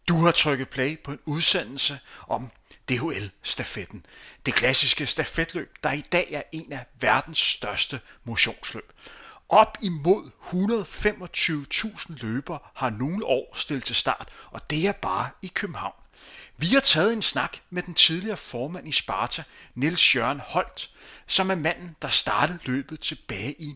Du har trykket play på en udsendelse om DHL-stafetten. Det klassiske stafetløb, der i dag er en af verdens største motionsløb. Op imod 125.000 løbere har nogle år stillet til start, og det er bare i København. Vi har taget en snak med den tidligere formand i Sparta, Niels Jørgen Holt, som er manden, der startede løbet tilbage i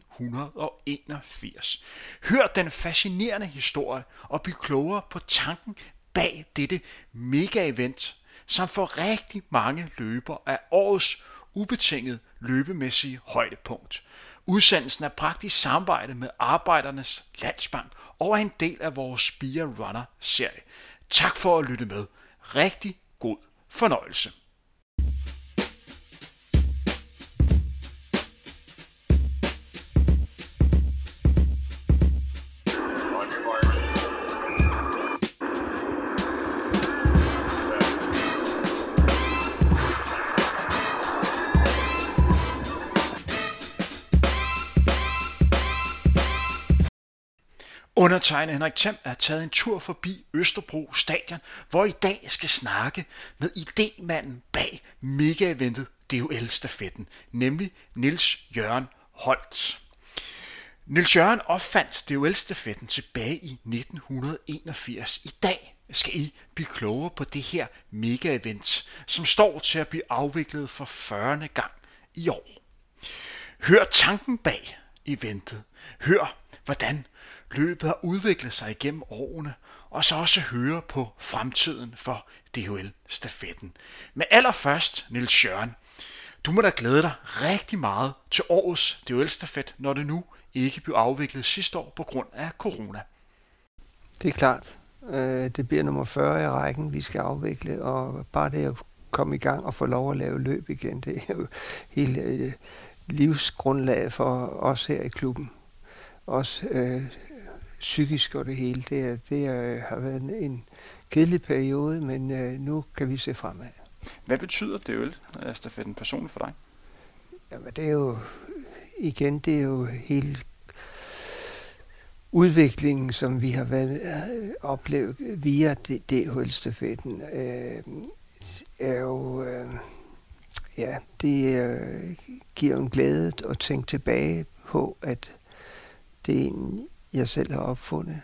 1981. Hør den fascinerende historie og bliv klogere på tanken bag dette mega-event, som for rigtig mange løbere er årets ubetinget løbemæssige højdepunkt. Udsendelsen er praktisk samarbejde med Arbejdernes Landsbank og er en del af vores Spear Runner-serie. Tak for at lytte med. Rigtig god fornøjelse. Undertegnet Henrik Them er taget en tur forbi Østerbro Stadion, hvor i dag skal snakke med idémanden bag mega-eventet DHL-stafetten, nemlig Niels Jørgen Holt. Niels Jørgen opfandt DHL-stafetten tilbage i 1981. I dag skal I blive klogere på det her mega-event, som står til at blive afviklet for 40. gang i år. Hør tanken bag eventet. Hør, hvordan løbet har udviklet sig igennem årene, og så også høre på fremtiden for DHL-stafetten. Men allerførst, Niels Jørgen, du må da glæde dig rigtig meget til årets DHL-stafet, når det nu ikke blev afviklet sidste år på grund af corona. Det er klart. Det bliver nummer 40 i rækken, vi skal afvikle, og bare det at komme i gang og få lov at lave løb igen, det er jo hele livsgrundlaget for os her i klubben. Også psykisk og det hele. Det har været en kedelig periode, men nu kan vi se fremad. Hvad betyder DHL-stafetten personligt for dig? Jamen, det er jo hele udviklingen, som vi har oplevet via DHL-stafetten, er jo, det giver en glæde at tænke tilbage på, at det er en, jeg selv har opfundet.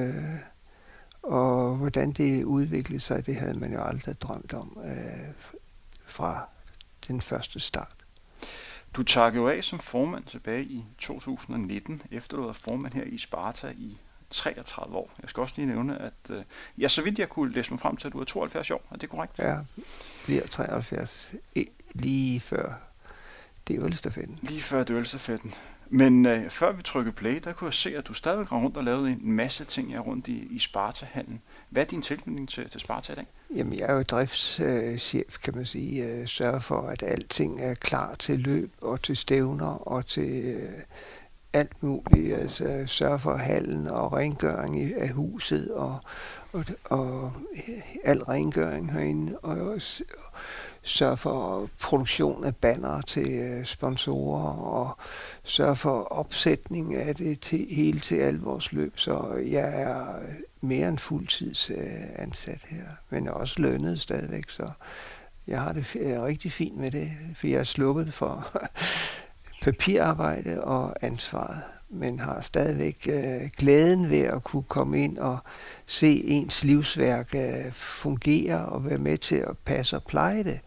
Og hvordan det udviklede sig, det havde man jo aldrig drømt om fra den første start. Du takkede jo af som formand tilbage i 2019, efter du var formand her i Sparta i 33 år. Jeg skal også lige nævne, at så vidt jeg kunne læse mig frem til, at du er 72 år. Er det korrekt? Ja, bliver 73 lige før DHL-stafetten. Lige før DHL-stafetten. Men før vi trykkede play, der kunne jeg se, at du stadig går rundt og lavede en masse ting her rundt i Sparta-hallen. Hvad er din tilknytning til Sparta i dag? Jamen, jeg er jo driftschef, kan man sige. Sørger for, at alting er klar til løb og til stævner og til alt muligt. Altså sørger for hallen og rengøring af huset og al rengøring herinde. Og også sørge for produktion af bannere til sponsorer og sørge for opsætning af det hele til al vores løb. Så jeg er mere end fuldtidsansat her, men også lønnet stadigvæk. Så jeg har det rigtig fint med det, for jeg er sluppet for papirarbejde og ansvaret, men har stadigvæk glæden ved at kunne komme ind og se ens livsværk fungere og være med til at passe og pleje det.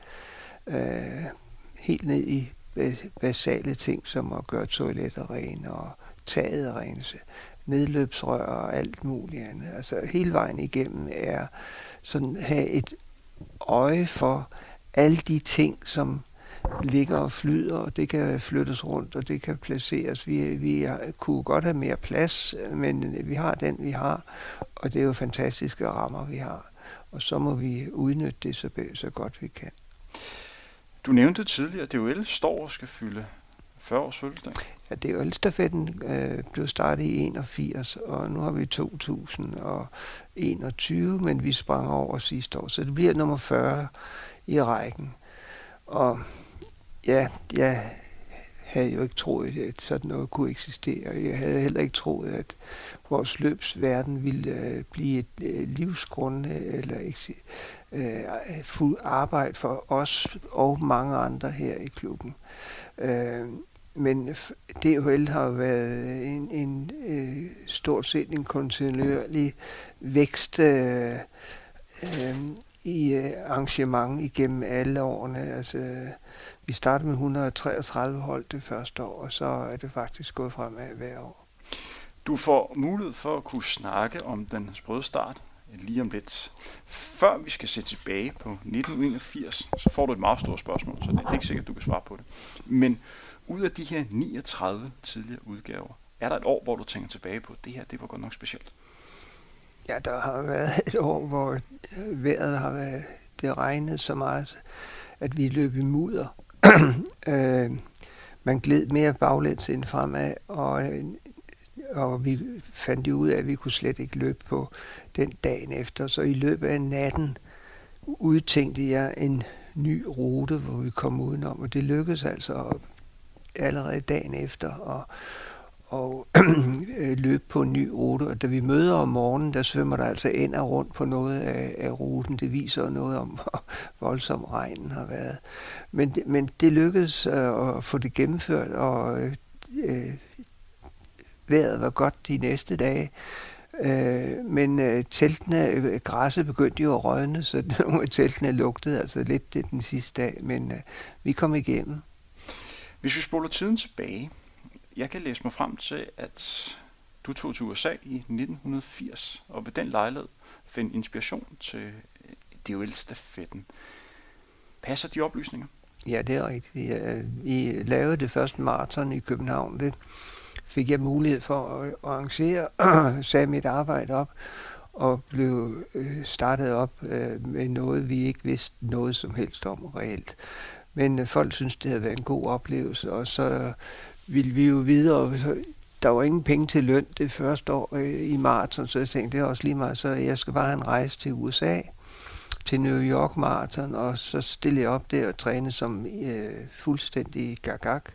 Helt ned i basale ting, som at gøre toiletter rene og taget rense, nedløbsrør og alt muligt andet. Altså hele vejen igennem er sådan have et øje for alle de ting, som ligger og flyder, og det kan flyttes rundt, og det kan placeres. Vi kunne godt have mere plads, men vi har den, vi har, og det er jo fantastiske rammer, vi har. Og så må vi udnytte det så godt vi kan. Du nævnte tidligere, at DHL står og skal fylde 40 års fødselsdag. Ja, DHL-stafetten blev startet i 81, og nu har vi 2021, men vi sprang over sidste år, så det bliver nummer 40 i rækken. Og ja, jeg havde jo ikke troet, at sådan noget kunne eksistere. Jeg havde heller ikke troet, at vores løbsverden ville blive et livsgrund eller fuld arbejde for os og mange andre her i klubben. Men DHL har været en stort set en kontinuerlig vækst i arrangement igennem alle årene. Altså, vi startede med 133 hold det første år, og så er det faktisk gået fremad hver år. Du får mulighed for at kunne snakke om den sprøde start lige om lidt. Før vi skal se tilbage på 1981, så får du et meget stort spørgsmål, så det er ikke sikkert, at du kan svare på det. Men ud af de her 39 tidligere udgaver, er der et år, hvor du tænker tilbage på, at det her, det var godt nok specielt? Ja, der har været et år, hvor vejret har været, det regnede så meget, at vi løb i mudder. Man gled mere baglæns end fremad, og vi fandt ud af, at vi kunne slet ikke løbe på den dagen efter. Så i løbet af natten udtænkte jeg en ny rute, hvor vi kom udenom, og det lykkedes altså allerede dagen efter og løbe på en ny rute. Og da vi møder om morgenen, der svømmer der altså ender rundt på noget af ruten. Det viser noget om, hvor voldsom regnen har været. Men det lykkedes at få det gennemført, og vejret var godt de næste dage. Men teltene, græsset begyndte jo at rådne, så nogle af teltene lugtede altså lidt den sidste dag, men vi kom igennem. Hvis vi spoler tiden tilbage, jeg kan læse mig frem til, at du tog til USA i 1980, og ved den lejlighed fandt inspiration til DHL-stafetten. Passer de oplysninger? Ja, det er rigtigt. Vi lavede det første maraton i København. Det fik jeg mulighed for at arrangere, sagde mit arbejde op, og blev startet op med noget, vi ikke vidste noget som helst om reelt. Men folk synes det havde været en god oplevelse, og så ville vi jo videre. Der var ingen penge til løn det første år i maraton, så jeg tænkte, det er også lige meget, så jeg skal bare have en rejse til USA, til New York Marathon, og så stille jeg op der og træne som fuldstændig gagag,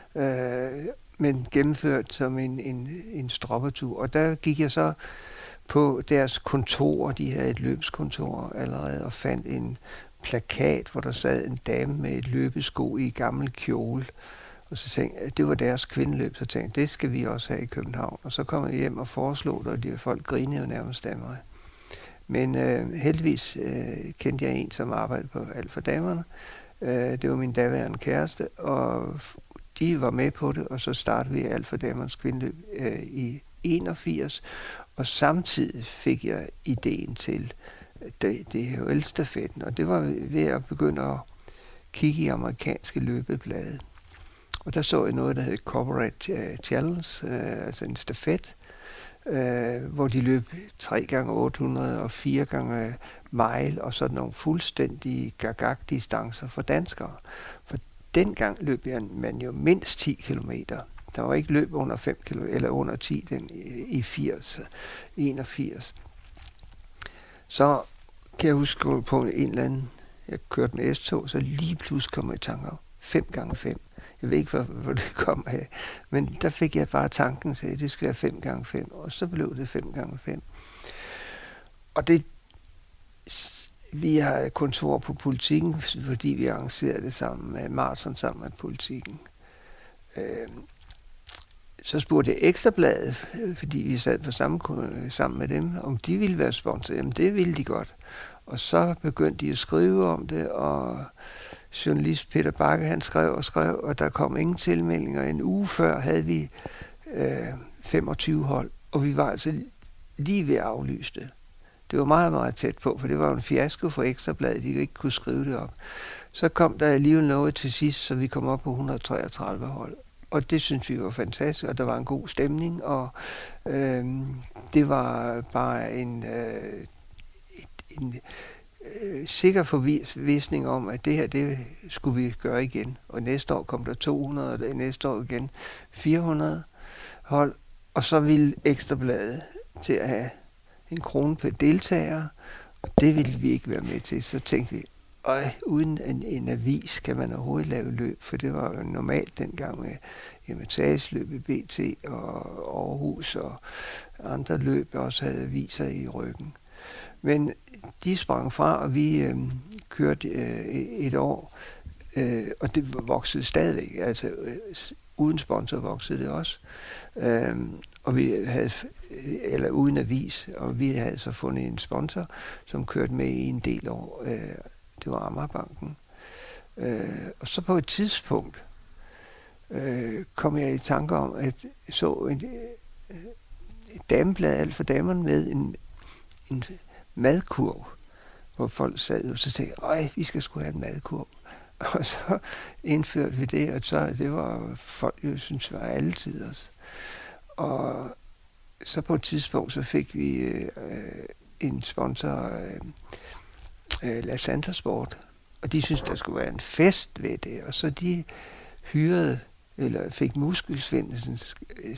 men gennemført som en stroppetur. Og der gik jeg så på deres kontor, de havde et løbskontor allerede, og fandt en plakat, hvor der sad en dame med et løbesko i gammel kjole. Og så tænkte jeg, det var deres kvindeløb, så tænkte jeg, det skal vi også have i København. Og så kom jeg hjem og foreslog det, og de folk grinede jo nærmest af mig. Men heldigvis kendte jeg en, som arbejdede på Alt for Damerne. Det var min daværende kæreste, og de var med på det, og så startede vi Alt for Damernes kvindeløb i 81. Og samtidig fik jeg ideen til DHL-stafetten, og det var ved at begynde at kigge i amerikanske løbeblade. Og der så jeg noget, der hed Corporate Challenge, altså en stafet, hvor de løb 3x800 og 4x mile og sådan nogle fuldstændige gagag-distancer for danskere. For dengang løb man jo mindst 10 kilometer. Der var ikke løb under 5 km eller under 10 i 81. Så kan jeg huske på en eller anden, jeg kørte med S-tog, så lige pludselig kom jeg i tanke om 5x5. Jeg ved ikke, hvor det kom af, men der fik jeg bare tanken til, at det skal være 5x5, og så blev det 5x5. Og vi har kontor på Politiken, fordi vi arrangerede det sammen med Marathon sammen med Politiken. Så spurgte jeg Ekstrabladet, fordi vi sad på sammen med dem, om de ville være sponsor. Jamen det ville de godt. Og så begyndte de at skrive om det, og journalist Peter Bakke, han skrev, og der kom ingen tilmeldinger. En uge før havde vi 25 hold, og vi var altså lige ved at aflyse det. Det var meget, meget tæt på, for det var en fiasko for Ekstrabladet, de ikke kunne skrive det op. Så kom der alligevel noget til sidst, så vi kom op på 133 hold. Og det synes vi var fantastisk, og der var en god stemning, og det var bare en sikker forvisning om, at det her, det skulle vi gøre igen. Og næste år kom der 200, og næste år igen 400 hold. Og så ville Ekstrabladet til at have en krone per deltager, og det ville vi ikke være med til. Så tænkte vi, Og uden en avis kan man overhovedet lave løb, for det var jo normalt dengang med Hermitageløb i BT og Aarhus og andre løb også havde aviser i ryggen. Men de sprang fra, og vi kørte et år, og det voksede stadigvæk. Altså uden sponsor voksede det også. Og vi havde, eller uden avis, og vi havde så fundet en sponsor, som kørte med i en del år. Det var Amagerbanken. Og så på et tidspunkt kom jeg i tanke om, at så et dameblad, alt for damerne, med en madkurv, hvor folk sad og så tænkte, vi skal sgu have en madkurv. Og så indførte vi det, og så det var folk jo synes var altid os. Og så på et tidspunkt så fik vi en sponsor, La Santa Sport, og de synes der skulle være en fest ved det, og så de hyrede eller fik Muskelsvindens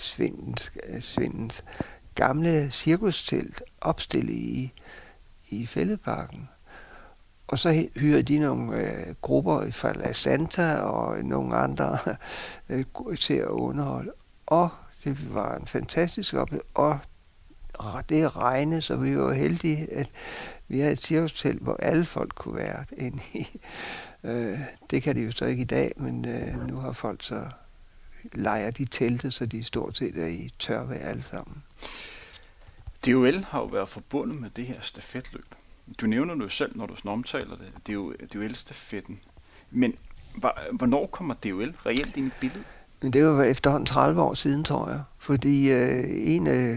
gamle cirkustelt opstillet i Fælledparken. Og så hyrede de nogle grupper fra La Santa og nogle andre til at underholde. Og det var en fantastisk oplevelse. Og det regnede, så vi var heldige, at vi havde et cirkustelt, hvor alle folk kunne være inde i. Det kan de jo så ikke i dag, men nu har folk så lejer de telte, så de stort set er i tørvejr alle sammen. DOL har jo været forbundet med det her stafetløb. Du nævner det jo selv, når du sådan omtaler det. Det er jo DOL-stafetten. Men hvornår kommer DOL reelt ind i billedet? Men det var efterhånden 30 år siden, tror jeg. Fordi en af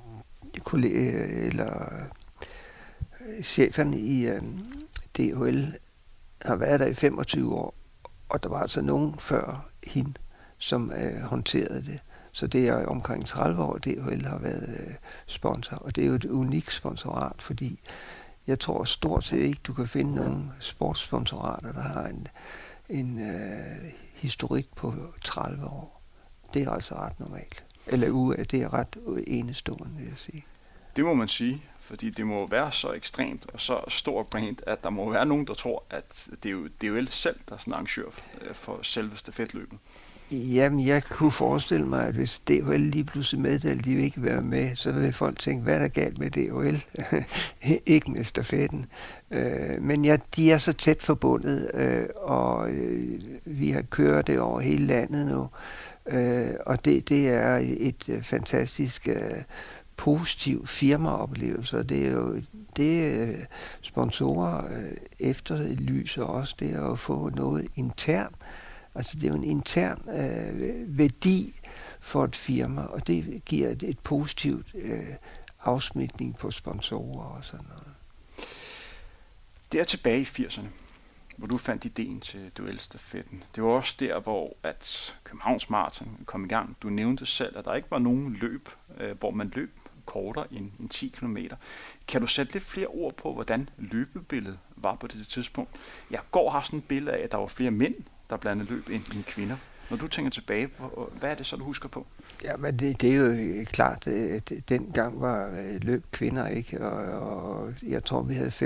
cheferne i DOL har været der i 25 år, og der var altså nogen før hende, som håndterede det. Så det er omkring 30 år, DOL har været sponsor, og det er jo et unikt sponsorat, fordi jeg tror stort set ikke, du kan finde nogle sportssponsorater, der har en historik på 30 år. Det er altså ret normalt. Eller det er ret enestående, vil jeg sige. Det må man sige, fordi det må være så ekstremt og så stor brand, at der må være nogen, der tror, at det er jo DOL selv, der er sådan arrangør for selve stafetløbet. Jamen, jeg kunne forestille mig, at hvis DOL lige pludselig meddelte, at de vil ikke være med, så vil folk tænke, hvad er der galt med DOL? Ikke med stafetten. Men ja, de er så tæt forbundet, og vi har kørt det over hele landet nu. Og det er et fantastisk positiv firmaoplevelse. Det er jo det sponsorer efterlyser også, det er at få noget internt. Altså det er jo en intern værdi for et firma, og det giver et positivt afsmitning på sponsorer og sådan noget. Det er tilbage i 80'erne, hvor du fandt ideen til DOL-stafetten. Det var også der, hvor at Københavns Marathon kom i gang. Du nævnte selv, at der ikke var nogen løb, hvor man løb kortere end 10 km. Kan du sætte lidt flere ord på, hvordan løbebilledet var på det tidspunkt? Jeg har sådan et billede af, at der var flere mænd, der blandede løb end kvinder. Når du tænker tilbage, hvad er det så, du husker på? Ja, men det er jo klart, at dengang var løb kvinder, ikke? Og jeg tror, vi havde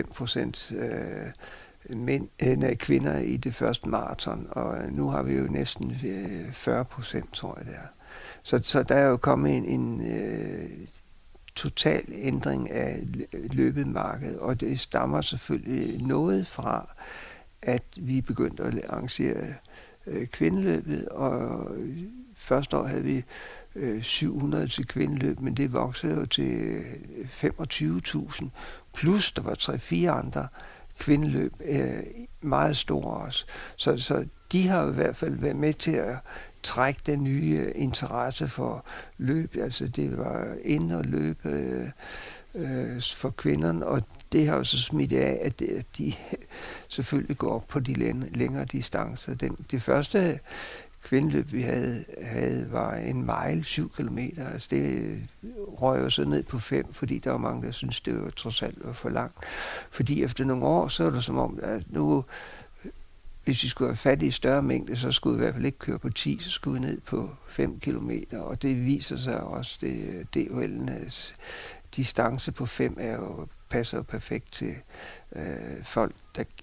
5% kvinder i det første maraton, og nu har vi jo næsten 40%, tror jeg det er. Så der er jo kommet en total ændring af løbemarkedet, og det stammer selvfølgelig noget fra, at vi begyndte at arrangere kvindeløbet, og første år havde vi 700 til kvindeløb, men det voksede jo til 25.000, plus der var 3-4 andre kvindeløb, meget store også. Så de har i hvert fald været med til at trække den nye interesse for løb. Altså det var ind og løbe for kvinderne, og det har jo så smidt af, at de selvfølgelig går op på de længere distancer. Det første kvindeløb, vi havde var en mile, 7 kilometer. Altså det røg jo så ned på 5, fordi der var mange, der syntes, det var trods alt var for langt. Fordi efter nogle år, så er det som om, at nu, hvis vi skulle have fat i større mængde, så skulle vi i hvert fald ikke køre på 10, så skulle vi ned på 5 kilometer. Og det viser sig også, det DOL'ens distance på 5 passer jo perfekt til folk, der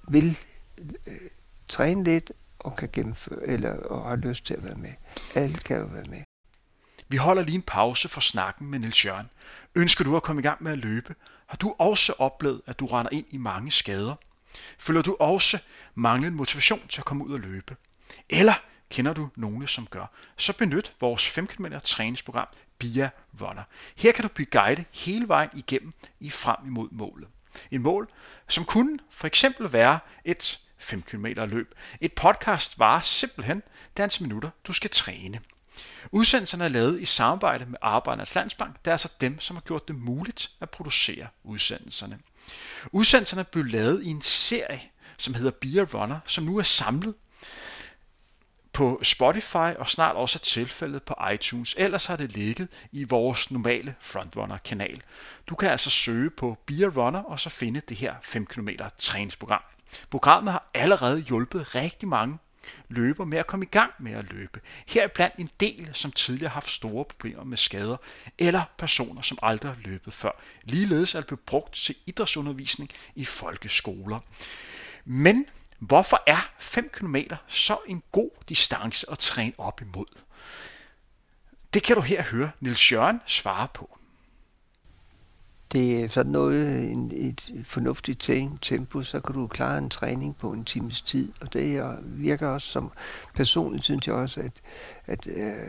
vil træne lidt og kan gennemføre, og har lyst til at være med. Alle kan jo være med. Vi holder lige en pause for snakken med Niels Jørgen. Ønsker du at komme i gang med at løbe? Har du også oplevet, at du render ind i mange skader? Føler du også manglende motivation til at komme ud og løbe? Eller kender du nogle, som gør? Så benyt vores 5 km træningsprogram BIA Runner. Her kan du blive guidet hele vejen igennem frem imod målet. Et mål, som kunne for eksempel være et 5 km løb. Et podcast varer simpelthen det antal minutter, du skal træne. Udsendelserne er lavet i samarbejde med Arbejdernes Landsbank. Det er altså dem, som har gjort det muligt at producere udsendelserne. Udsendelserne blev lavet i en serie, som hedder BIA Runner, som nu er samlet på Spotify og snart også er tilfældet på iTunes. Ellers har det ligget i vores normale Frontrunner-kanal. Du kan altså søge på BIA Runner og så finde det her 5 km træningsprogram. Programmet har allerede hjulpet rigtig mange løber med at komme i gang med at løbe. Her er blandt en del, som tidligere har haft store problemer med skader, eller personer, som aldrig har løbet før. Ligeledes er det blevet brugt til idrætsundervisning i folkeskoler. Men hvorfor er 5 km så en god distance at træne op imod? Det kan du her høre Niels Jørgen svare på. Det er sådan noget, et fornuftigt tempo, så kan du klare en træning på en times tid. Og det virker også som, personligt synes jeg også, at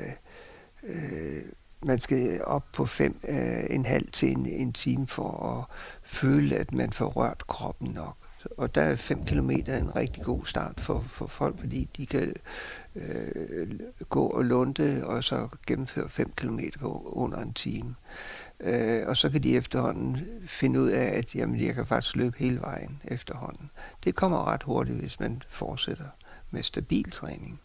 man skal op på 5,5 til en time for at føle, at man får rørt kroppen nok. Og der er 5 kilometer en rigtig god start for folk, fordi de kan gå og lunde og så gennemføre 5 kilometer på under en time. Og så kan de efterhånden finde ud af, at jamen, jeg kan faktisk løbe hele vejen efterhånden. Det kommer ret hurtigt, hvis man fortsætter med stabil træning.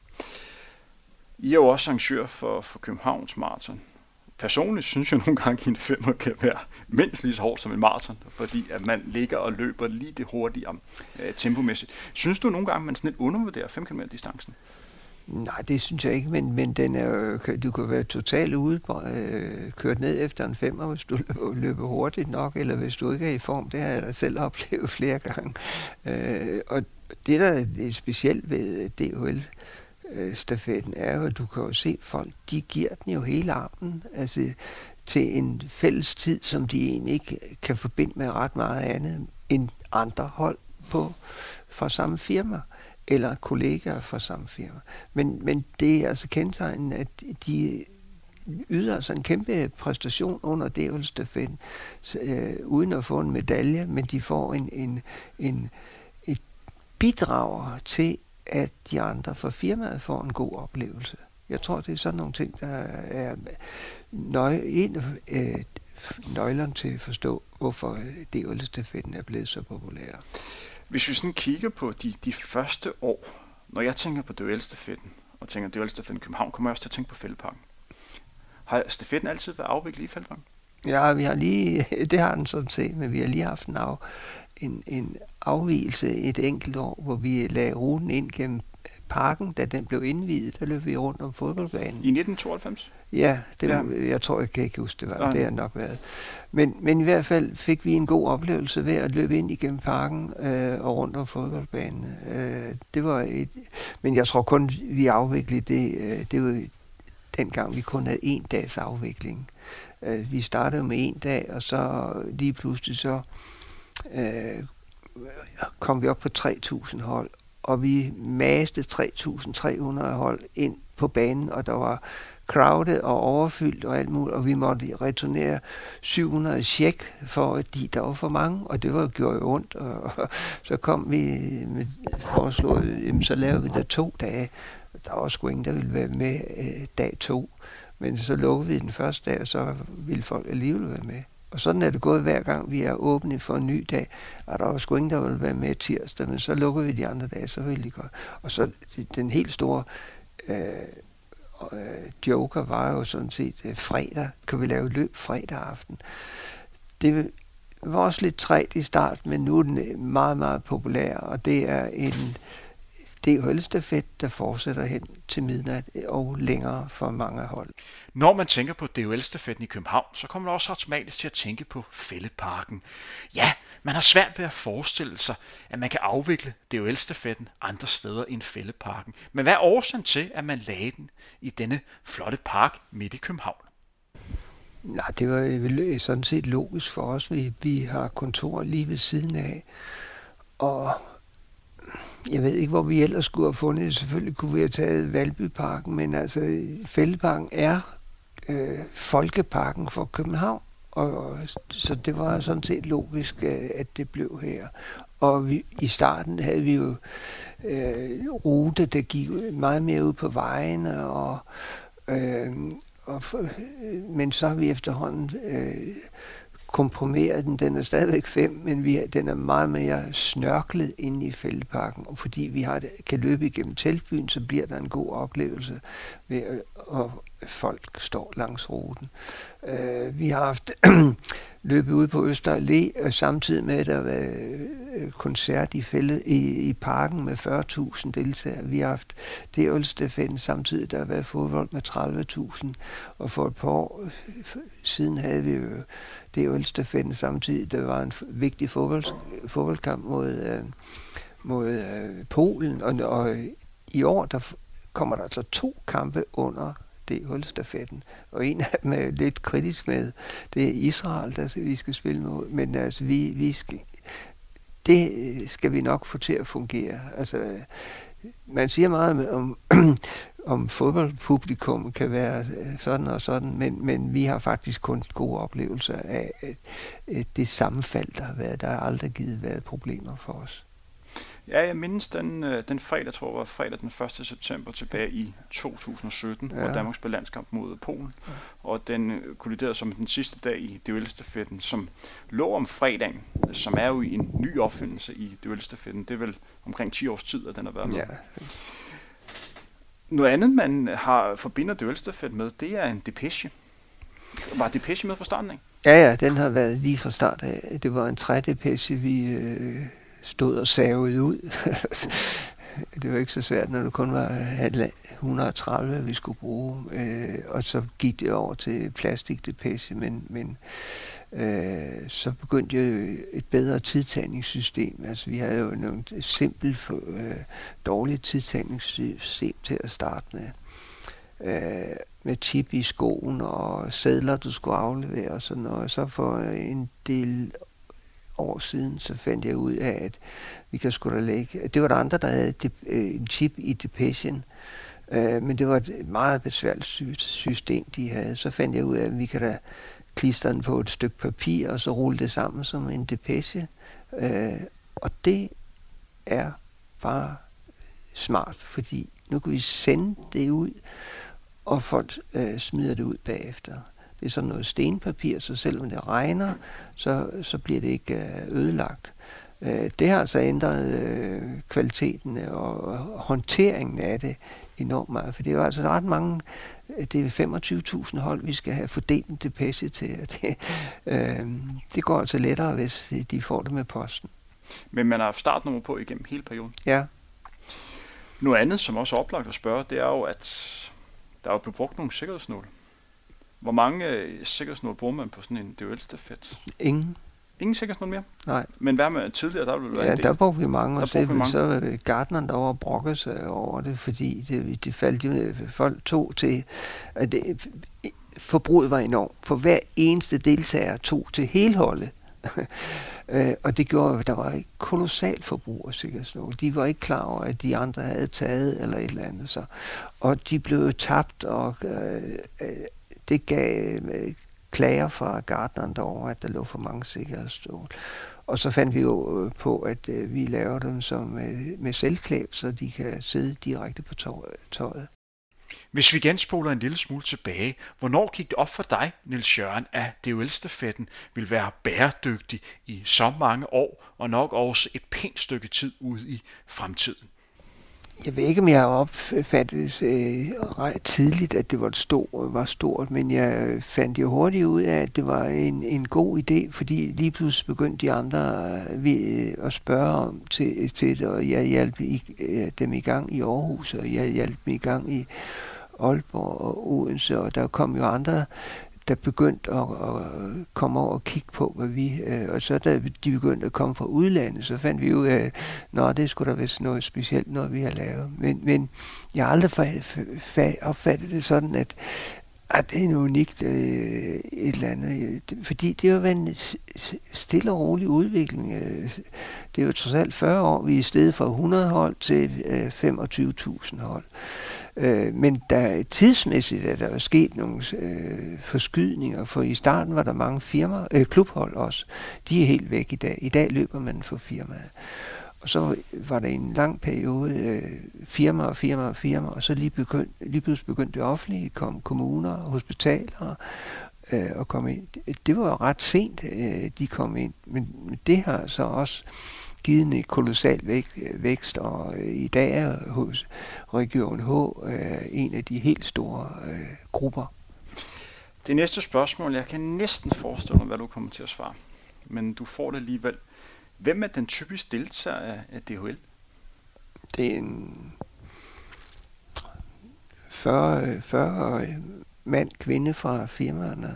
I er jo også arrangør for Københavns Marathon. Personligt synes jeg nogle gange, at en 5'er kan være mindst lige så hårdt som en maraton, fordi at man ligger og løber lige det hurtigere tempomæssigt. Synes du nogle gange, at man sådan lidt undervurderer 5 km distancen? Nej, det synes jeg ikke, men den er, du kan være totalt kørt ned efter en 5'er, hvis du løber hurtigt nok, eller hvis du ikke er i form. Det har jeg da selv oplevet flere gange. Og det, der er specielt ved DHL, stafetten er jo, at du kan jo se folk, de giver den jo hele armen, altså til en fælles tid, som de egentlig ikke kan forbinde med ret meget andet end andre hold fra samme firma, eller kollegaer fra samme firma. Men det er altså kendetegnet, at de yder altså en kæmpe præstation under DHL-stafetten, uden at få en medalje, men de får et bidrag til, at de andre fra firmaet får en god oplevelse. Jeg tror, det er sådan nogle ting, der er nøglerne til at forstå, hvorfor DHL-stafetten er blevet så populær. Hvis vi sådan kigger på de første år, når jeg tænker på DHL-stafetten, og tænker DHL-stafetten i København, kommer jeg også til at tænke på Fælledparken. Har stafetten altid været afviklet i Fælledparken? Ja, det har den sådan set, men vi har lige haft en afvigelse et enkelt år, hvor vi lagde ruten ind gennem parken, da den blev indviet, der løb vi rundt om fodboldbanen. I 1992? Ja, jeg tror, jeg kan ikke huske, det var. Det har nok været. Men i hvert fald fik vi en god oplevelse ved at løbe ind igennem parken og rundt om fodboldbanen. Det var men jeg tror kun, vi afviklede det. Det var dengang, vi kun havde 1 dags afvikling. Vi startede med 1 dag, og så lige pludselig så kom vi op på 3.000 hold, og vi maste 3.300 hold ind på banen, og der var crowded og overfyldt og alt muligt, og vi måtte returnere 700 check, fordi der var for mange, og det gjorde jo ondt, og så kom vi med foreslået, så lavede vi der 2 dage. Der var sgu ingen, der ville være med dag 2, men så lukkede vi den første dag, og så ville folk alligevel være med. Og sådan er det gået hver gang, vi er åbne for en ny dag, og der var sgu ingen, der ville være med tirsdag, men så lukker vi de andre dage, så ville de godt. Og så den helt store joker var jo sådan set fredag. Kan vi lave løb fredag aften? Det var også lidt træt i start, men nu er den meget, meget populær, og det er en DHL-stafet, der fortsætter hen til midnat og længere for mange hold. Når man tænker på DHL-stafetten i København, så kommer man også automatisk til at tænke på Fælledparken. Ja, Man har svært ved at forestille sig, at man kan afvikle DHL-stafetten andre steder end Fælledparken. Men hvad er årsagen til, at man lagde den i denne flotte park midt i København? Nej, det var sådan set logisk for os. Vi har kontor lige ved siden af, og jeg ved ikke, hvor vi ellers skulle have fundet det. Selvfølgelig kunne vi have taget Valbyparken, men altså Fælledparken er folkeparken for København, og så det var sådan set logisk, at det blev her. Og i starten havde vi jo rute, der gik meget mere ud på vejene, men så har vi efterhånden komprimeret den. Den er stadigvæk 5, men den er meget mere snørklet inde i Fælledparken. Og fordi vi kan løbe igennem Teltbyen, så bliver der en god oplevelse ved at folk står langs ruten. Vi har haft løbet ude på Øster Allé, og samtidig med, at der var koncert i parken med 40.000 deltagere. Vi har haft DHL-stafetten samtidig, der har været fodbold med 30.000, og for et par år siden havde vi jo DHL-stafetten samtidig. Der var en vigtig fodboldkamp mod Polen, og i år der kommer der altså 2 kampe under DHL-stafetten, og en af dem er lidt kritisk med, det er Israel, vi skal spille mod, men altså det skal vi nok få til at fungere. Altså, man siger meget om fodboldpublikum kan være sådan og sådan, men vi har faktisk kun gode oplevelser af det sammenfald, der har været. Der har aldrig været problemer for os. Ja, jeg mindes den fredag, tror jeg var fredag den 1. september tilbage i 2017, hvor Danmark spillede landskamp mod Polen. Ja. Og den kolliderede som den sidste dag i DHL-stafetten, som lå om fredagen, som er jo i en ny opfindelse i DHL-stafetten. Det er vel omkring 10 års tid, at den har været med. Ja. Noget andet, man forbinder DHL-stafetten med, det er en depeche. Var depeche med fra starten af? Ja, den har været lige fra start af. Det var en trædepeche, vi stod og savede ud. Det var ikke så svært, når det kun var 130, vi skulle bruge. Og så gik det over til plastikdepeche, men så begyndte jo et bedre tidtagningssystem. Altså vi havde jo noget simpelt, dårligt tidtagningssystem til at starte med chip i skoen og sedler, du skulle aflevere og sådan noget. Så for en del år siden, så fandt jeg ud af, at vi kan sgu da lægge. Det var der andre, der havde en chip i depechen, men det var et meget besværligt system, de havde. Så fandt jeg ud af, at vi kan da klistre den på et stykke papir, og så rulle det sammen som en depeche. Og det er bare smart, fordi nu kan vi sende det ud, og folk smider det ud bagefter. Det er sådan noget stenpapir, så selvom det regner, så bliver det ikke ødelagt. Det har altså ændret kvaliteten og håndteringen af det enormt meget, for det er jo altså ret mange, det er 25.000 hold, vi skal have fordelt en depeche til. Det går altså lettere, hvis de får det med posten. Men man har haft startnummer på igennem hele perioden? Ja. Noget andet, som også er oplagt at spørge, det er jo, at der er blevet brugt nogle sikkerhedsnåle. Hvor mange sikkerhedsnåle bruger man på sådan en DHL-stafet? Ingen. Ingen sikkerhedsnåle mere? Nej. Men hvad med tidligere? Der ville ja, der brugte vi mange. Så gartneren der var brokket sig over det, fordi det faldt jo folk tog til, at forbruget var enormt. For hver eneste deltager tog til hele holdet. Og det gjorde, at der var et kolossalt forbrug af sikkerhedsnåle. De var ikke klar over, at de andre havde taget eller et eller andet. Så. Og de blev tabt, og det gav klager fra gartneren derovre, at der lå for mange sikkerhedsstål. Og så fandt vi jo på, at vi laver dem som med selvklæb, så de kan sidde direkte på tøjet. Hvis vi genspoler en lille smule tilbage, hvornår gik det op for dig, Niels Jørgen, at DHL-stafetten ville være bæredygtig i så mange år, og nok også et pænt stykke tid ude i fremtiden? Jeg ved ikke, om jeg har opfattet ret tidligt, at det var stort, men jeg fandt jo hurtigt ud af, at det var en god idé, fordi lige pludselig begyndte de andre at spørge om til det, og jeg hjalp dem i gang i Aarhus, og jeg hjalp dem i gang i Aalborg og Odense, og der kom jo andre, der begyndte at komme over og kigge på, hvad vi... og så da de begyndte at komme fra udlandet, så fandt vi jo, det skulle da vist noget specielt, noget vi har lavet. Men jeg har aldrig opfattet det sådan, at det er en unikt et eller andet. Fordi det har været en stille og rolig udvikling. Det er jo trods alt 40 år, vi er i stedet fra 100 hold til 25.000 hold. Men tidsmæssigt er der sket nogle forskydninger, for i starten var der mange klubhold også. De er helt væk i dag. I dag løber man for firmaet. Og så var der en lang periode firma, og så lige pludselig begyndte det offentlige, kom kommuner og hospitaler og kom ind. Det var ret sent, de kom ind, men det har så også givet en kolossal vækst, og i dag er hos Region H en af de helt store grupper. Det næste spørgsmål, jeg kan næsten forestille mig, hvad du kommer til at svare, men du får det alligevel. Hvem er den typisk deltager af DHL? Det er en 40 mand-kvinde fra firmaerne.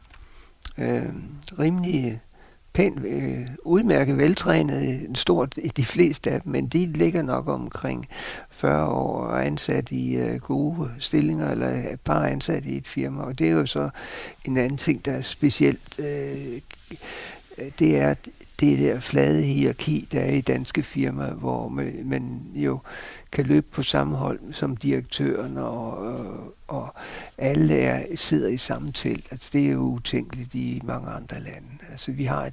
Rimelig pænt, udmærket veltrænet, stort i de fleste af dem, men de ligger nok omkring 40 år og er ansat i gode stillinger, eller bare ansat i et firma. Og det er jo så en anden ting, der er specielt. Det er det der flade hierarki, der er i danske firmaer, hvor man jo kan løbe på samme hold som direktøren, og alle sidder i samme telt. Altså, det er jo utænkeligt i mange andre lande. Altså, vi har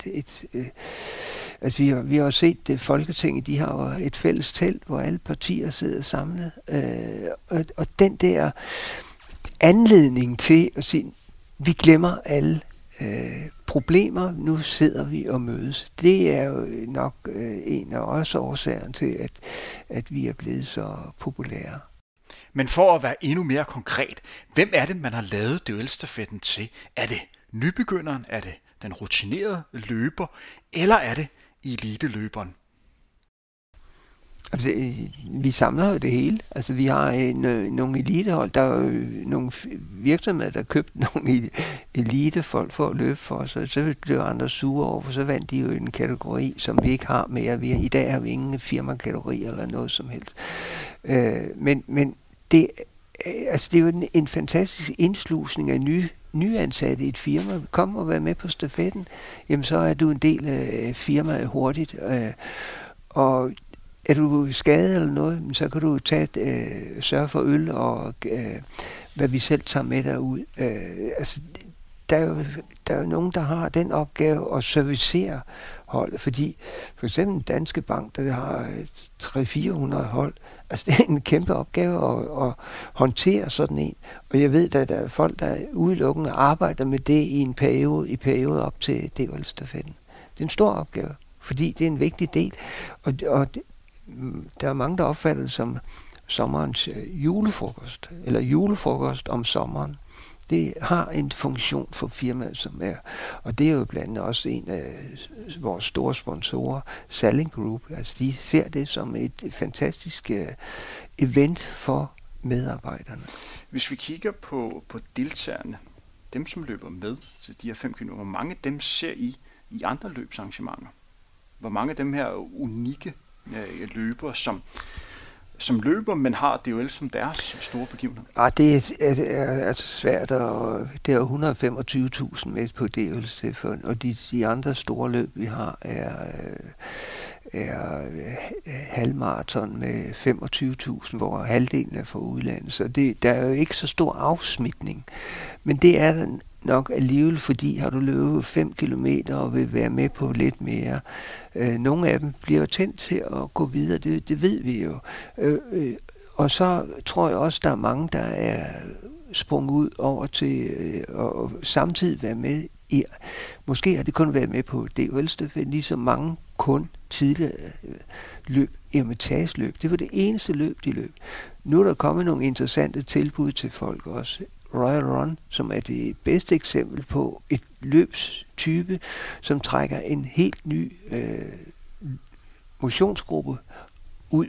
vi har set det, Folketinget, de har jo et fælles telt, hvor alle partier sidder samlet. Og den der anledning til at sige, vi glemmer alle problemer, nu sidder vi og mødes. Det er jo nok en af os årsagerne til, at vi er blevet så populære. Men for at være endnu mere konkret, hvem er det, man har lavet DHL-stafetten til? Er det nybegynderen? Er det den rutinerede løber? Eller er det eliteløberen? Altså, vi samler jo det hele. Altså, vi har nogle elitehold. Der er jo nogle virksomheder, der købte nogle elitefolk for at løbe for os. Så blev andre sure over, for så vandt de jo en kategori, som vi ikke har mere. I dag har vi ingen firmakategori eller noget som helst. Men det er jo en fantastisk indslusning af nyansatte i et firma. Kom og vær med på stafetten. Jamen, så er du en del af firmaet hurtigt. Og er du skadet eller noget, så kan du sørge for øl og hvad vi selv tager med derud. Altså, der er jo nogen, der har den opgave at servicere holdet, fordi for eksempel Danske Bank, der har 300-400 hold, altså det er en kæmpe opgave at håndtere sådan en. Og jeg ved, at der er folk, der udelukkende arbejder med det i periode op til DHL-stafetten. Det er en stor opgave, fordi det er en vigtig del. Og der er mange, der opfatter det som sommerens julefrokost, eller julefrokost om sommeren. Det har en funktion for firmaet, som er, og det er jo blandt andet også en af vores store sponsorer, Salling Group. Altså, de ser det som et fantastisk event for medarbejderne. Hvis vi kigger på deltagerne, dem som løber med til de her 5 km, hvor mange af dem ser I andre løbsarrangementer? Hvor mange af dem her unikke løbere, som løber, men har DHL som deres store begivenhed? Det er altså svært, og det er 125.000 med på DHL, og de andre store løb, vi har, er halvmaraton med 25.000, hvor halvdelen er fra udlandet. Så der er jo ikke så stor afsmitning, men det er der nok alligevel, fordi har du løbet 5 kilometer og vil være med på lidt mere. Nogle af dem bliver jo tændt til at gå videre, det ved vi jo. Og så tror jeg også, der er mange, der er sprunget ud over til at samtidig være med i. Måske har det kun været med på DHL-stafetten, ligesom mange kun tidligere løb, Eremitageløb. Det var det eneste løb, de løb. Nu er der kommet nogle interessante tilbud til folk også. Royal Run, som er det bedste eksempel på et løbstype, som trækker en helt ny motionsgruppe ud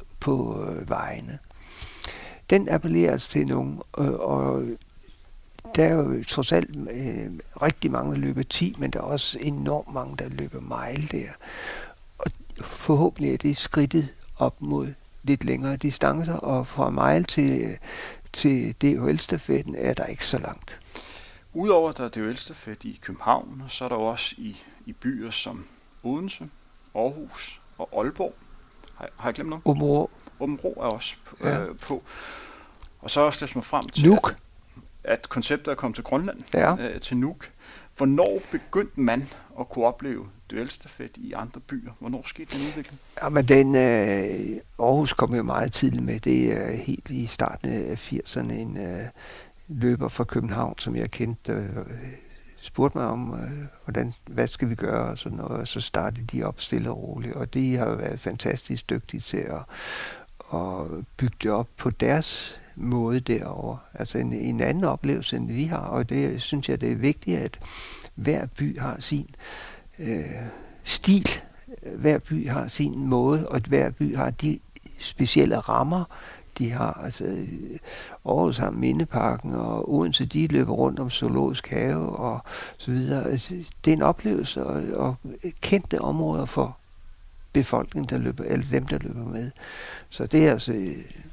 på vejene. Den appellerer altså til nogen, og der er jo trods alt rigtig mange, der løber 10, men der er også enormt mange, der løber mile der. Og forhåbentlig er det skridtet op mod lidt længere distancer, og fra mile til DHL-stafetten er der ikke så langt. Udover der er DHL-stafet i København, så er der også i byer som Odense, Aarhus og Aalborg. Har jeg glemt noget? Aabenraa er også på. Og så også mig frem til, at konceptet er kommet til Grønland, til Nuuk. Hvornår begyndte man at kunne opleve DHL-stafet i andre byer? Hvornår skete den udvikling? Jamen, Aarhus kom jo meget tidligt med. Det er helt i starten af 80'erne en løber fra København, som jeg kendte, spurgte mig om, hvad skal vi gøre, og sådan noget. Og så startede de op stille og roligt, og de har været fantastisk dygtige til at bygge det op på deres måde derovre. Altså en anden oplevelse, end vi har, og det synes jeg, det er vigtigt, at hver by har sin stil, hver by har sin måde, og hver by har de specielle rammer, de har. Altså Aarhus har Mindeparken, og Odense, de løber rundt om Zoologisk Have, og så videre. Altså, det er en oplevelse, og kendte områder for befolkningen, der løber, eller dem, der løber med. Så det er altså,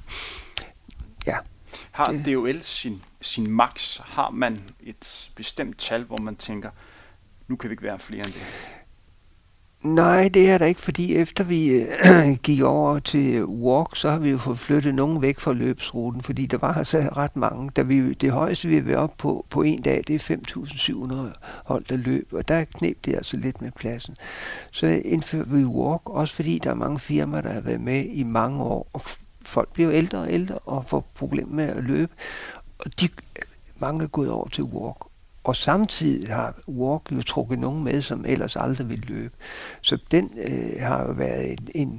Har DHL sin max? Har man et bestemt tal, hvor man tænker, nu kan vi ikke være flere end det? Nej, det er der ikke, fordi efter vi gik over til walk, så har vi jo fået flyttet nogen væk fra løbsruten, fordi der var altså ret mange. Det højeste, vi har været op på en dag, det er 5.700 hold, der løb, og der kneb det altså lidt med pladsen. Så indførte vi walk, også fordi der er mange firmaer, der har været med i mange år, og folk bliver ældre og ældre og får problemer med at løbe, og mange er gået over til walk. Og samtidig har walk jo trukket nogen med, som ellers aldrig ville løbe. Så den har jo været en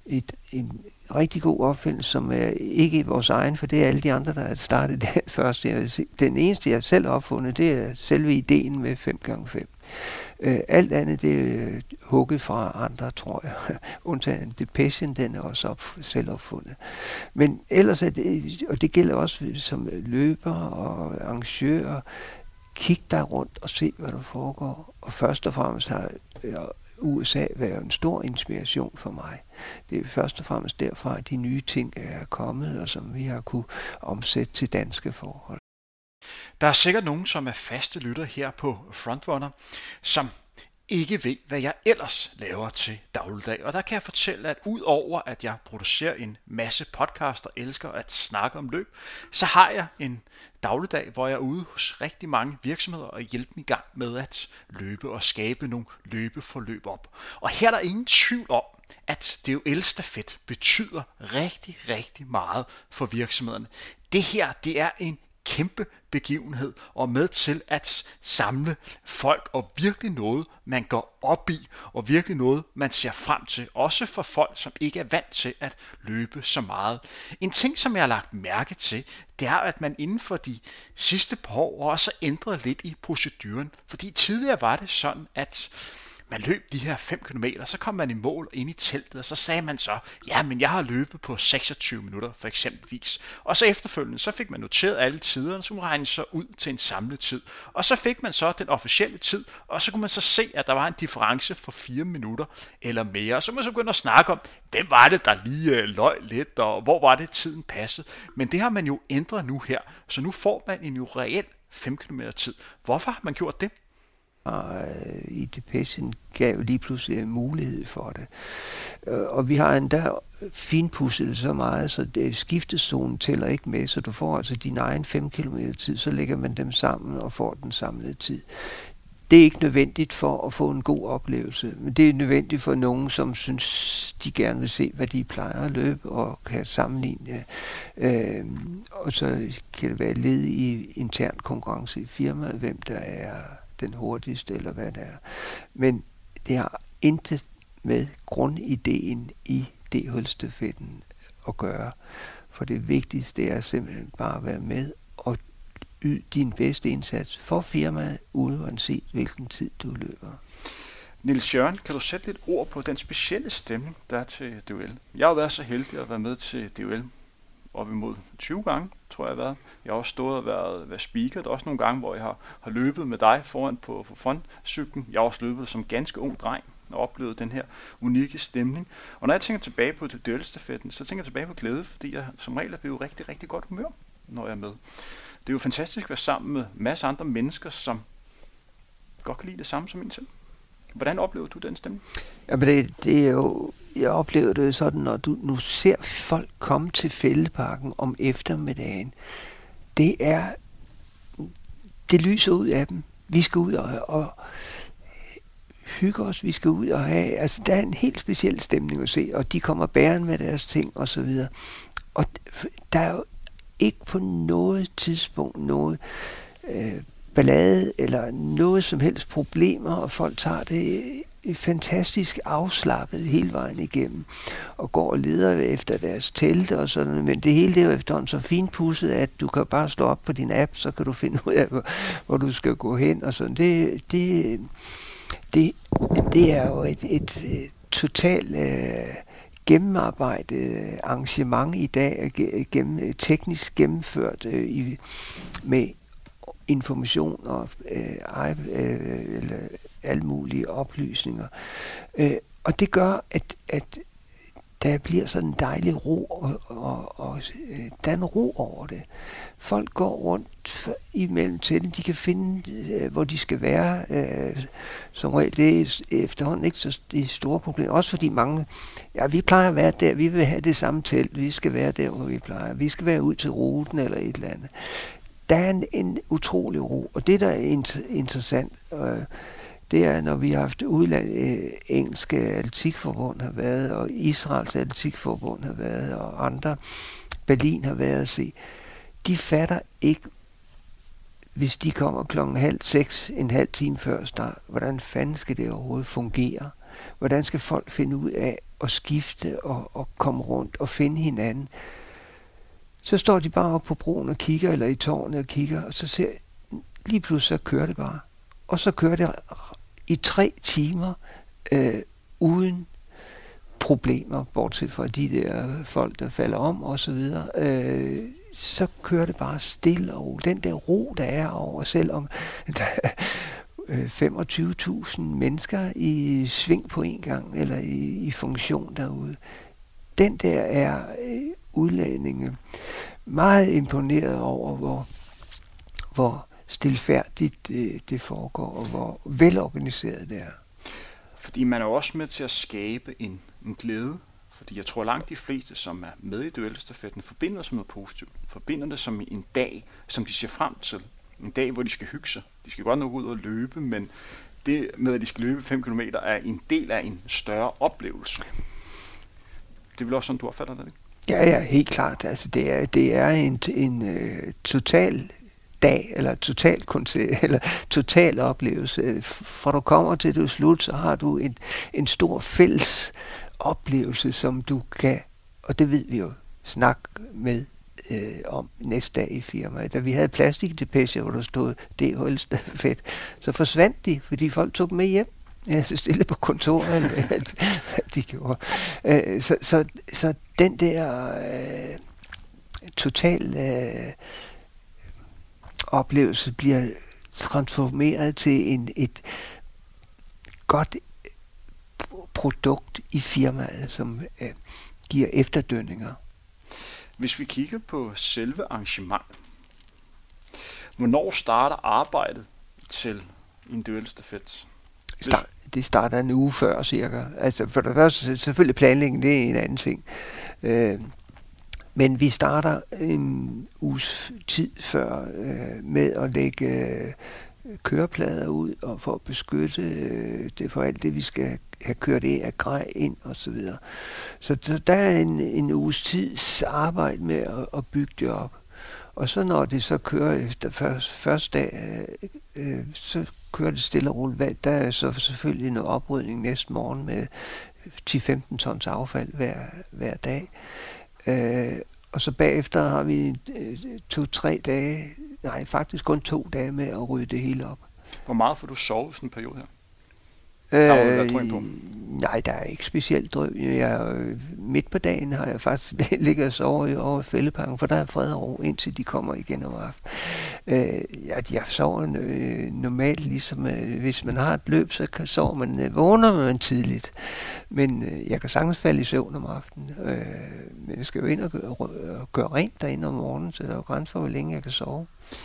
rigtig god opfindelse, som er ikke vores egen, for det er alle de andre, der har startet den først. Den eneste, jeg selv har opfundet, det er selve ideen med 5x5. Alt andet, det er hugget fra andre, tror jeg. Undtagen Depression, den er også selv opfundet. Men ellers er det, og det gælder også som løber og arrangører, kig dig rundt og se, hvad der foregår. Og først og fremmest har USA været en stor inspiration for mig. Det er først og fremmest derfra, at de nye ting er kommet, og som vi har kunne omsætte til danske forhold. Der er sikkert nogen, som er faste lytter her på Frontrunner, som ikke ved, hvad jeg ellers laver til dagligdag. Og der kan jeg fortælle, at udover at jeg producerer en masse podcast og elsker at snakke om løb, så har jeg en dagligdag, hvor jeg er ude hos rigtig mange virksomheder og hjælper dem i gang med at løbe og skabe nogle løbeforløb op. Og her er der ingen tvivl om, at DHL-stafet betyder rigtig, rigtig meget for virksomhederne. Det her, det er en kæmpe begivenhed og med til at samle folk, og virkelig noget, man går op i, og virkelig noget, man ser frem til, også for folk, som ikke er vant til at løbe så meget. En ting, som jeg har lagt mærke til, det er, at man inden for de sidste par år også har ændret lidt i proceduren, fordi tidligere var det sådan, at man løb de her 5 kilometer, så kom man i mål ind i teltet, og så sagde man så, ja, men jeg har løbet på 26 minutter, for eksempelvis. Og så efterfølgende, så fik man noteret alle tiderne, så kunne man regne så ud til en samlet tid. Og så fik man så den officielle tid, og så kunne man så se, at der var en difference for 4 minutter eller mere. Og så kunne man så begynde at snakke om, hvem var det, der lige løg lidt, og hvor var det, tiden passede. Men det har man jo ændret nu her, så nu får man en jo reel 5 km tid. Hvorfor har man gjort det? Og i Depression gav jo lige pludselig en mulighed for det. Og vi har endda finpudset så meget, så skiftezonen tæller ikke med, så du får altså din egen 5 km tid, så lægger man dem sammen og får den samlede tid. Det er ikke nødvendigt for at få en god oplevelse, men det er nødvendigt for nogen, som synes, de gerne vil se, hvad de plejer at løbe og kan sammenligne. Og så kan det være led i intern konkurrence i firmaet, hvem der er den hurtigste, eller hvad det er. Men det har intet med grundideen i DHL-stafetten at gøre. For det vigtigste er simpelthen bare at være med og yde din bedste indsats for firmaet, uanset hvilken tid du løber. Niels Jørgen, kan du sætte lidt ord på den specielle stemning, der er til DHL? Jeg har jo været så heldig at være med til DHL op imod 20 gange, tror jeg, været. Jeg har også stået og været speaker. Der er også nogle gange, hvor jeg har løbet med dig foran på frontcyklen. Jeg har også løbet som ganske ung dreng og oplevet den her unikke stemning. Og når jeg tænker tilbage på duelstafetten, så tænker jeg tilbage på glæde, fordi jeg som regel er blevet rigtig, rigtig godt humør, når jeg er med. Det er jo fantastisk at være sammen med masser af andre mennesker, som godt kan lide det samme som en selv. Hvordan oplever du den stemning? Jamen det er jo, jeg oplever det sådan, når du nu ser folk komme til Fælledparken om eftermiddagen. Det lyser ud af dem. Vi skal ud og hygge os, vi skal ud og have, altså der er en helt speciel stemning at se, og de kommer bærende med deres ting og så videre. Og der er jo ikke på noget tidspunkt noget ballade eller noget som helst problemer, og folk tager det fantastisk afslappet hele vejen igennem og går og leder efter deres telte og sådan, men det hele det er jo efterhånden så finpudset, at du kan bare slå op på din app, så kan du finde ud af, hvor du skal gå hen og sådan. Det er jo et totalt gennemarbejdet arrangement i dag, teknisk gennemført med information og eller alle mulige oplysninger. Og det gør, at der bliver sådan en dejlig ro, og der er en ro over det. Folk går rundt imellem til, de kan finde, hvor de skal være. Som regel, det er efterhånden ikke så det store problem. Også fordi mange, vi plejer at være der, vi vil have det samme telt, vi skal være der, hvor vi plejer. Vi skal være ud til ruten eller et eller andet. Der er en utrolig ro, og det, der er interessant, det er, når vi har haft engelske atletikforbund har været, og Israels atletikforbund har været, og andre, Berlin har været at se. De fatter ikke, hvis de kommer 5:30, en halv time før start, hvordan fanden skal det overhovedet fungere? Hvordan skal folk finde ud af at skifte og komme rundt og finde hinanden? Så står de bare oppe på broen og kigger, eller i tårnet og kigger, og så ser lige pludselig, så kører det bare. Og så kører det i 3 timer uden problemer, bortset fra de der folk, der falder om og så videre. Så kører det bare stille og roligt. Den der ro, der er over, selvom der er 25.000 mennesker i sving på en gang, eller i funktion derude. Den der er udlændinge meget imponeret over, hvor stilfærdigt det foregår, og hvor velorganiseret det er. Fordi man er også med til at skabe en glæde. Fordi jeg tror langt de fleste, som er med i duelstafetten, forbinder sig med noget positivt. Forbinder det som en dag, som de ser frem til. En dag, hvor de skal hygge sig. De skal godt nok ud og løbe, men det med, at de skal løbe 5 km, er en del af en større oplevelse. Det er vel også sådan, du opfatter det, ikke? Ja, helt klart. Altså, det er en total dag, eller total koncert, eller total oplevelse. For du kommer til du slut, så har du en stor fælles oplevelse, som du kan, og det ved vi jo, snakke med om næste dag i firmaet. Da vi havde plastikdepecher, hvor der stod DHL-stafet, så forsvandt de, fordi folk tog dem med hjem. Ja, så stille på kontoret, hvad de gjorde. Så den der total oplevelse bliver transformeret til et godt produkt i firmaet, som giver efterdønninger. Hvis vi kigger på selve arrangementet, hvornår starter arbejdet til en duelstafet? Det starter en uge før cirka. Altså for det første, selvfølgelig planlægning, det er en anden ting. Men vi starter en uges tid før med at lægge køreplader ud, og for at beskytte det for alt det, vi skal have kørt af grej ind og så videre. Så der er en uges tids arbejde med at bygge det op. Og så når det så kører efter første dag, så kører det stille og roligt. Der er så selvfølgelig noget oprydning næste morgen med 10-15 tons affald hver dag. Og så bagefter har vi 2-3 dage, nej faktisk kun 2 dage med at rydde det hele op. Hvor meget får du sovet sådan en periode her? Der må være drøn på. Nej, der er ikke specielt drøn. Midt på dagen har jeg faktisk ligget og sovet over Fælledparken, for der er fred og ro, indtil de kommer igen om aftenen. Jeg sover normalt, ligesom hvis man har et løb, så sover man, vågner man tidligt. Men jeg kan sagtens falde i søvn om aftenen. Men jeg skal jo ind og gøre rent derinde om morgenen, så der er jo grænser for, hvor længe jeg kan sove.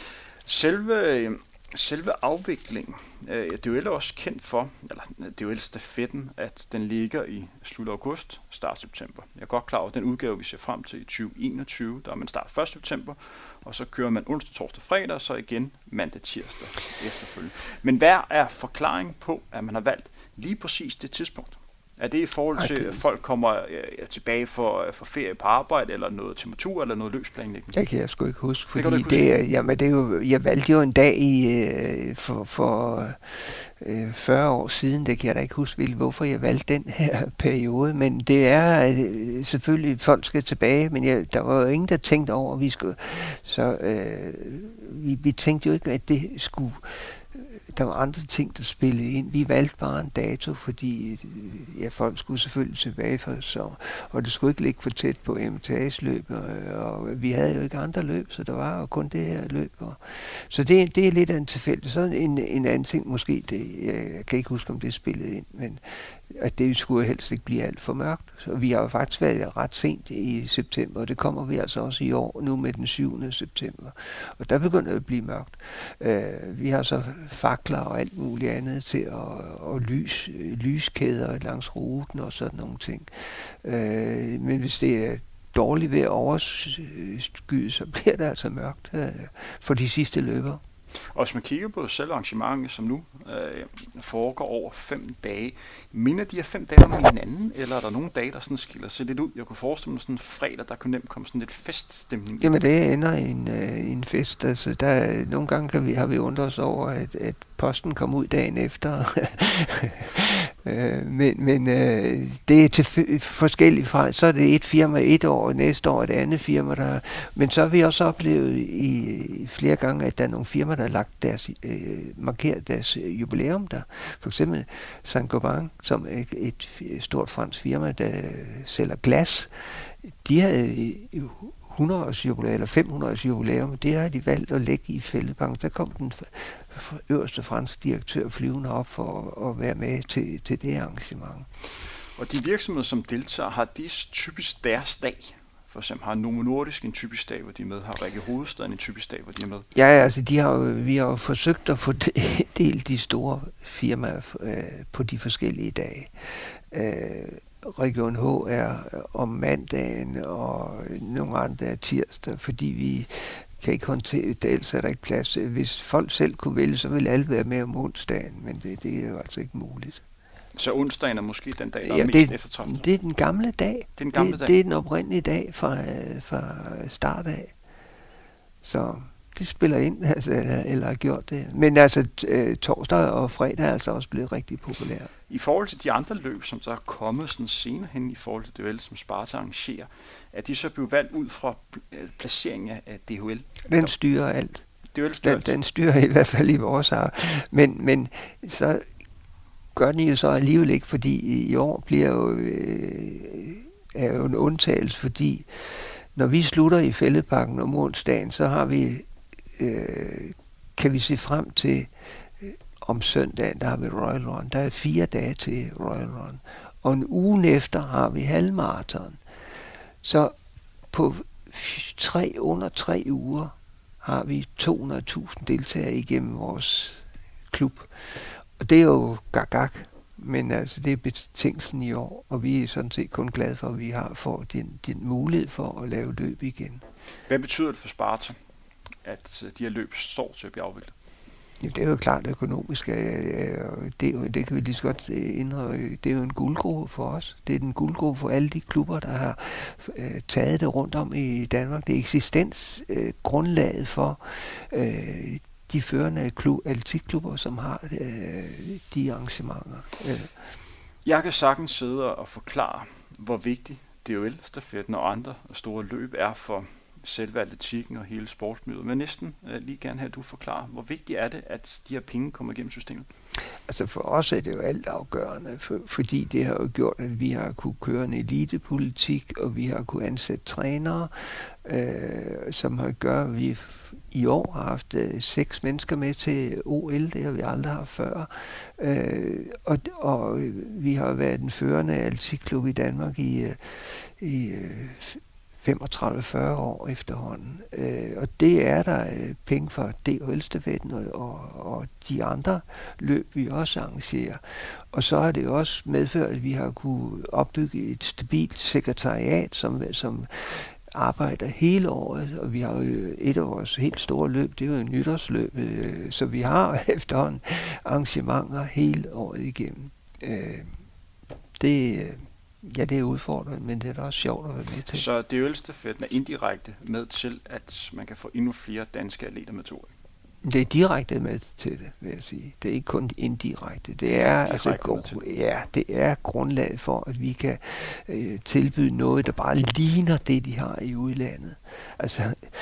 Selve afviklingen, DHL er også kendt for, eller DHL-stafetten, at den ligger i slut august, start september. Jeg er godt klar over, at den udgave, vi ser frem til i 2021, der er man start 1. september, og så kører man onsdag, torsdag, fredag, og så igen mandag, tirsdag efterfølgende. Men hvad er forklaringen på, at man har valgt lige præcis det tidspunkt? Er det i forhold til, at folk kommer tilbage for ferie på arbejde, eller noget temperatur, eller noget løbsplanlægning? Det kan jeg sgu ikke huske, fordi det er jo, jeg valgte jo en dag for 40 år siden, det kan jeg da ikke huske, hvorfor jeg valgte den her periode, men det er selvfølgelig, folk skal tilbage, men der var jo ingen, der tænkte over, at vi skulle, så vi tænkte jo ikke, at det skulle. Der var andre ting, der spillede ind. Vi valgte bare en dato, fordi folk skulle selvfølgelig tilbage for så, og det skulle ikke ligge for tæt på MTA's-løb, og vi havde jo ikke andre løb, så der var jo kun det her løb. Så det er lidt af en tilfælde. Så en anden ting måske, jeg kan ikke huske, om det spillede ind, men at det skulle helst ikke blive alt for mørkt. Så vi har jo faktisk været ret sent i september, og det kommer vi altså også i år, nu med den 7. september. Og der begynder det at blive mørkt. Vi har så fakler og alt muligt andet til at lyskæder langs ruten og sådan nogle ting. Men hvis det er dårligt ved at overskyde, så bliver det altså mørkt for de sidste løbere. Og hvis man kigger på selve arrangementet, som nu foregår over 5 dage, minder de her 5 dage om hinanden, eller er der nogle dage, der sådan skiller sig lidt ud? Jeg kunne forestille mig sådan en fredag, der kunne nemt komme sådan lidt feststemning. Jamen det ender i en fest. Altså, nogle gange har vi undret os over, at posten kom ud dagen efter. men det er til forskellige fra. Så er det et firma et år, og næste år et andet firma. Men så har vi også oplevet i flere gange, at der er nogle firmaer, der har markeret deres jubilæum der. For eksempel Saint-Gobain, som er et stort fransk firma, der sælger glas. De havde 100-års jubilæum eller 500-års jubilæum, det har de valgt at lægge i Fælledparken. Der kom den øverste franske direktør flyvende op for at være med til det arrangement. Og de virksomheder, som deltager, har de typisk deres dag? For eksempel har Novo Nordisk en typisk dag, hvor de er med. Har Region Hovedstaden en typisk dag, hvor de er med? Ja, altså vi har jo forsøgt at få delt de store firmaer på de forskellige dage. Region H er om mandagen, og nogle andre er tirsdag, fordi vi kan ikke håndtere det, ellers er der ikke plads. Hvis folk selv kunne vælge, så ville alle være med om onsdagen, men det er jo altså ikke muligt. Så onsdagen er måske den dag, der er mest eftertragtet? Det er den gamle dag. Det er den oprindelige dag fra start af. Så det spiller ind, altså, eller har gjort det. Men altså torsdag og fredag er altså også blevet rigtig populære. I forhold til de andre løb, som så er kommet sådan senere hen i forhold til DHL, som Sparta arrangerer, er de så blevet valgt ud fra placeringen af DHL? Den styrer alt. Den styrer i hvert fald i vores ar. Men så gør den jo så alligevel ikke, fordi i år bliver er jo en undtagelse, fordi når vi slutter i Fælledparken om onsdagen, så har vi kan vi se frem til om søndagen, der har vi Royal Run. Der er 4 dage til Royal Run. Og en uge efter har vi halvmarathon. Så på under 3 uger har vi 200.000 deltagere igennem vores klub. Og det er jo gak. Men altså, det er betingelsen i år, og vi er sådan set kun glade for, at vi får den mulighed for at lave løb igen. Hvad betyder det for Sparta, at de her løb står til at blive afviklet? Ja, det er jo klart økonomisk. Det kan vi lige så godt indrømme. Det er jo en guldgrube for os. Det er en guldgrube for alle de klubber, der har taget det rundt om i Danmark. Det er eksistensgrundlaget for de førende atletikklubber, som har de arrangementer. Jeg kan sagtens sidde og forklare, hvor vigtig DHL-stafetten og andre store løb er for selve atletikken og hele sportsmiljøet. Men næsten lige gerne have, at du forklarer, hvor vigtigt er det, at de her penge kommer igennem systemet? Altså for os er det jo alt afgørende, fordi det har jo gjort, at vi har kunne køre en elitepolitik, og vi har kunne ansætte trænere, som har gjort, at vi i år har haft 6 mennesker med til OL, det har vi aldrig haft før. Og vi har været den førende atletikklub i Danmark i 35-40 år efterhånden. Og det er der penge for DHL-stafetten og de andre løb, vi også arrangerer. Og så har det også medført, at vi har kunne opbygge et stabilt sekretariat, som arbejder hele året, og vi har jo et af vores helt store løb, det er jo nytårsløb, så vi har efterhånden arrangementer hele året igennem. Det er udfordrende, men det er da også sjovt at være med til. Så DHL-stafetten er indirekte med til, at man kan få endnu flere danske atleter med til OL? Det er direkte med til det, vil jeg sige. Det er ikke kun indirekte. Det er det er grundlaget for, at vi kan tilbyde noget, der bare ligner det, de har i udlandet. Altså,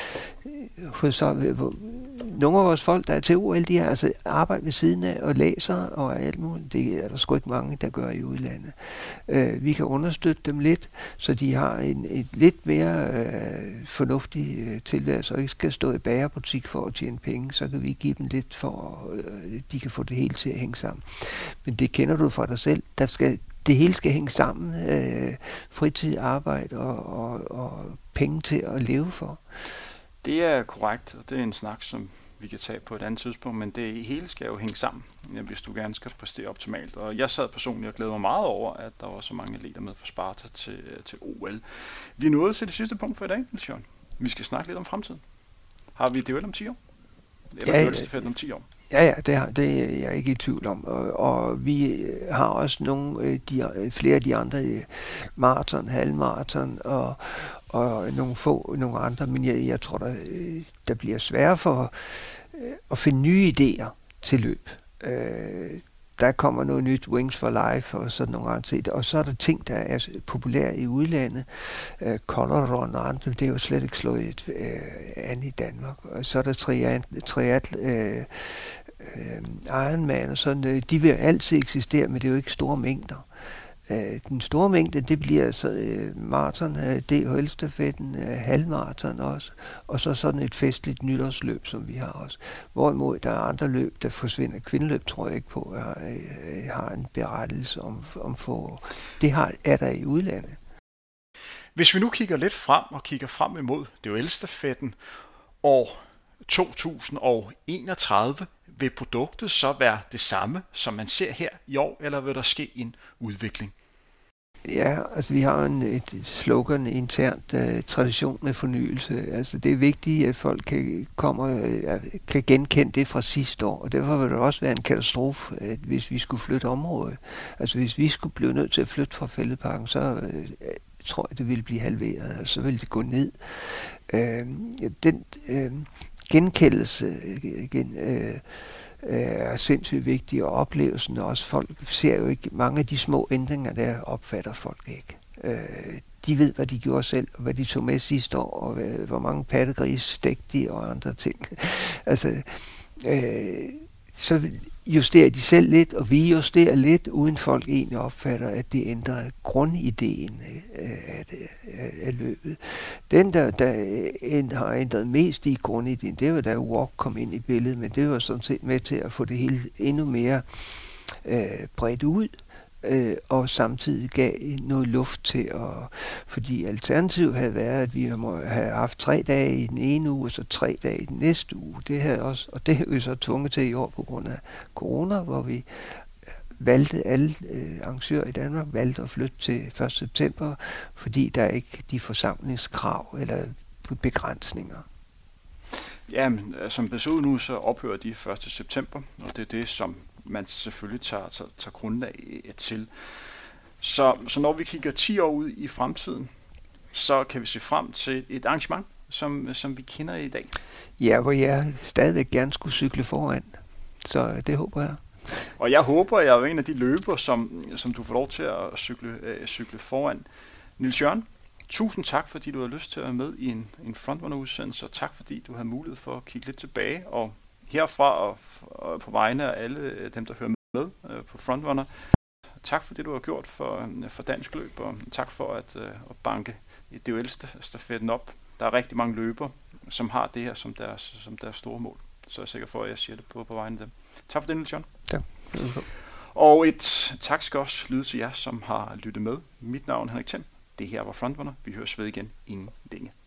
nogle af vores folk, der er til OL, de har altså arbejdet ved siden af og læser og alt muligt. Det er der sgu ikke mange, der gør i udlandet. Vi kan understøtte dem lidt, så de har et lidt mere fornuftig tilværelse og ikke skal stå i bagerbutik for at tjene penge. Så kan vi give dem lidt for, de kan få det hele til at hænge sammen. Men det kender du fra dig selv. Det hele skal hænge sammen. Fritid, arbejde og penge til at leve for. Det er korrekt, og det er en snak, som vi kan tage på et andet tidspunkt, men det hele skal jo hænge sammen, hvis du gerne skal præstere optimalt. Og jeg sad personligt og glæder mig meget over, at der var så mange atleter med fra Sparta til OL. Vi er nået til det sidste punkt for i dag, Niels Jørgen. Vi skal snakke lidt om fremtiden. Har vi DHL om 10 år? Eller DHL-stafetten om 10 år? Ja, det er jeg ikke i tvivl om. Og vi har også flere af de andre maraton, halvmaraton og nogle andre, men jeg tror, der bliver svært for at finde nye idéer til løb. Der kommer noget nyt, Wings for Life og sådan nogle andre. Og så er der ting, der er populære i udlandet. Color Run og andre, det er jo slet ikke slået an i Danmark. Og så er der Ironman og sådan. De vil altid eksistere, men det er jo ikke store mængder. Den store mængde, det bliver så maraton, DHL-stafetten, halvmaraton også, og så sådan et festligt nytårsløb, som vi har også. Hvorimod der er andre løb, der forsvinder. Kvindeløb tror jeg ikke på, har en berettelse om få. Det er der i udlandet. Hvis vi nu kigger lidt frem og kigger frem imod DHL-stafetten år 2031, vil produktet så være det samme, som man ser her i år, eller vil der ske en udvikling? Ja, altså vi har et slogan internt, tradition med fornyelse. Altså det er vigtigt, at folk kan genkende det fra sidste år, og derfor vil det også være en katastrofe, hvis vi skulle flytte området. Altså hvis vi skulle blive nødt til at flytte fra Fælledparken, så tror jeg, det ville blive halveret, og så ville det gå ned. Den genkendelse er sindssygt vigtig, og oplevelsen også. Folk ser jo ikke mange af de små ændringer, der opfatter folk ikke. De ved, hvad de gjorde selv, og hvad de tog med sidste år, og hvor mange pattegris stegte de og andre ting. Altså, så justerer de selv lidt, og vi justerer lidt, uden folk egentlig opfatter, at det ændrer grundideen af løbet. Den, der har ændret mest i grundideen, det var da Walk kom ind i billedet, men det var sådan set med til at få det hele endnu mere bredt ud, og samtidig gav noget luft til fordi alternativet havde været, at vi må have haft 3 dage i den ene uge, og så 3 dage i den næste uge. Det havde også, og det har vi så tvunget til i år på grund af corona, hvor vi valgte, alle arrangører i Danmark valgte at flytte til 1. september, fordi der ikke de forsamlingskrav eller begrænsninger. Ja, men som det ser ud nu, så ophører de 1. september, og det er det, som man selvfølgelig tager grundlag til. Så når vi kigger 10 år ud i fremtiden, så kan vi se frem til et arrangement, som vi kender i dag. Ja, hvor jeg stadigvæk gerne skulle cykle foran. Så det håber jeg. Og jeg håber, at jeg er en af de løber, som du får lov til at cykle foran. Niels Jørgen, Tusind tak, fordi du har lyst til at være med i en Frontrunner-udsendelse, og tak fordi du har mulighed for at kigge lidt tilbage. Og herfra og på vegne af alle dem, der hører med på Frontrunner, tak for det, du har gjort for dansk løb, og tak for at banke DHL-stafetten op. Der er rigtig mange løbere, som har det her som deres store mål. Så er jeg sikker for, at jeg siger det på vegne af dem. Tak for det, Niels Jørgen. Ja. Og et tak skal også lyde til jer, som har lyttet med. Mit navn er Henrik Thiem. Det her var Frontrunner. Vi høres ved igen inden længe.